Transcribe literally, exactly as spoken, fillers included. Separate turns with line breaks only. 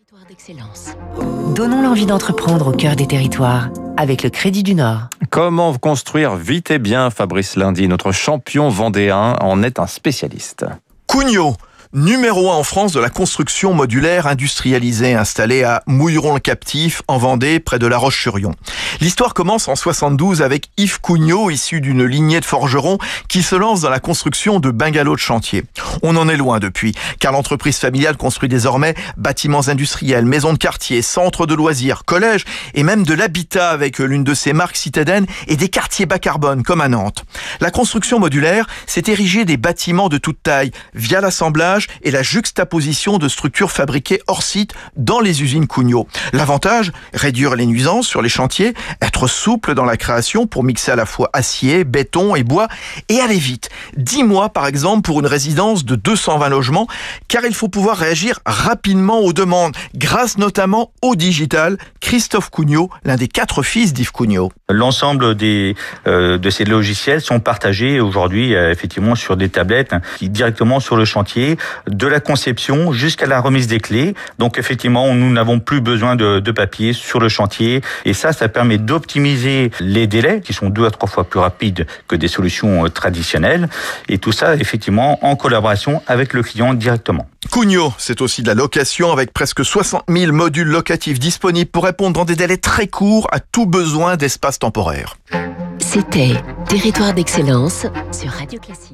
Territoire d'excellence. Donnons l'envie d'entreprendre au cœur des territoires avec le Crédit du Nord.
Comment construire vite et bien, Fabrice Lundy, notre champion vendéen, en est un spécialiste.
Cugnot, numéro un en France de la construction modulaire industrialisée, installée à Mouilleron-le-Captif, en Vendée, près de La Roche-sur-Yon. L'histoire commence en soixante-douze avec Yves Cugnot, issu d'une lignée de forgerons, qui se lance dans la construction de bungalows de chantier. On en est loin depuis, car l'entreprise familiale construit désormais bâtiments industriels, maisons de quartier, centres de loisirs, collèges et même de l'habitat avec l'une de ses marques citadines et des quartiers bas carbone comme à Nantes. La construction modulaire, c'est ériger des bâtiments de toute taille via l'assemblage et la juxtaposition de structures fabriquées hors site dans les usines Cugnot. L'avantage, réduire les nuisances sur les chantiers, être souple dans la création pour mixer à la fois acier, béton et bois et aller vite. dix mois par exemple pour une résidence de deux cent vingt logements, car il faut pouvoir réagir rapidement aux demandes, grâce notamment au digital. Christophe Cugnot, l'un des quatre fils d'Yves Cugnot.
L'ensemble des, euh, de ces logiciels sont partagés aujourd'hui euh, effectivement sur des tablettes hein, qui directement sur le chantier, de la conception jusqu'à la remise des clés. Donc effectivement, nous n'avons plus besoin de, de papier sur le chantier et ça, ça permet d'optimiser les délais qui sont deux à trois fois plus rapides que des solutions euh, traditionnelles et tout ça effectivement en collaboration avec le client directement.
Cugnot, c'est aussi de la location avec presque soixante mille modules locatifs disponibles pour répondre dans des délais très courts à tout besoin d'espace temporaire.
C'était Territoire d'excellence sur Radio Classique.